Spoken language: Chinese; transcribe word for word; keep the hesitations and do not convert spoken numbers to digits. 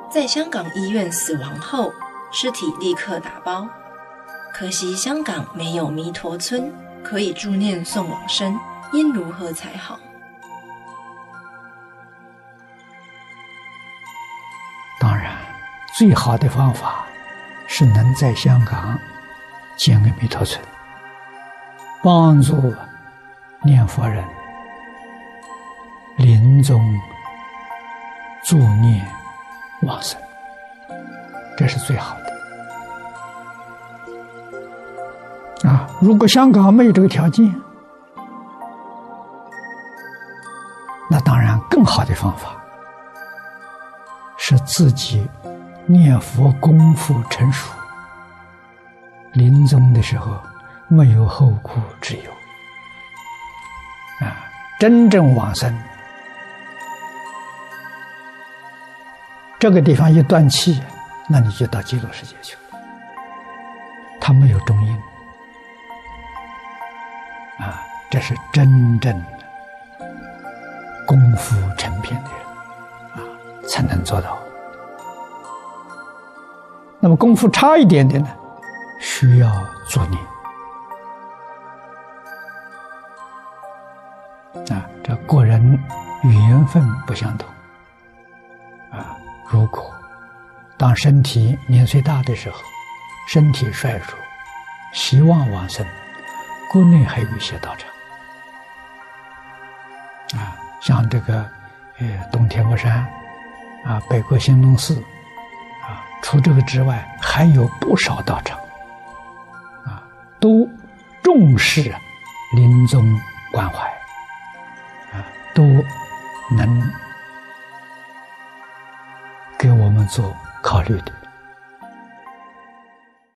在香港医院死亡后，尸体立刻打包。可惜香港没有弥陀村可以助念送往生，应如何才好？ 当然，最好的方法是能在香港建个弥陀村，帮助念佛人临终助念往生，这是最好的。啊，如果香港没有这个条件，那当然更好的方法是自己念佛功夫成熟，临终的时候没有后顾之忧，啊，真正往生，这个地方一断气，那你就到极乐世界去了，它没有中阴，啊，这是真正的功夫成片的人啊才能做到。那么功夫差一点点呢，需要作念啊，这个人缘分不相同啊。如果当身体年岁大的时候，身体衰弱，希望往生，国内还有一些道场啊，像这个呃东天佛山啊、北国兴隆寺啊，除这个之外，还有不少道场啊，都重视临终关怀啊，都能给我们做考虑的。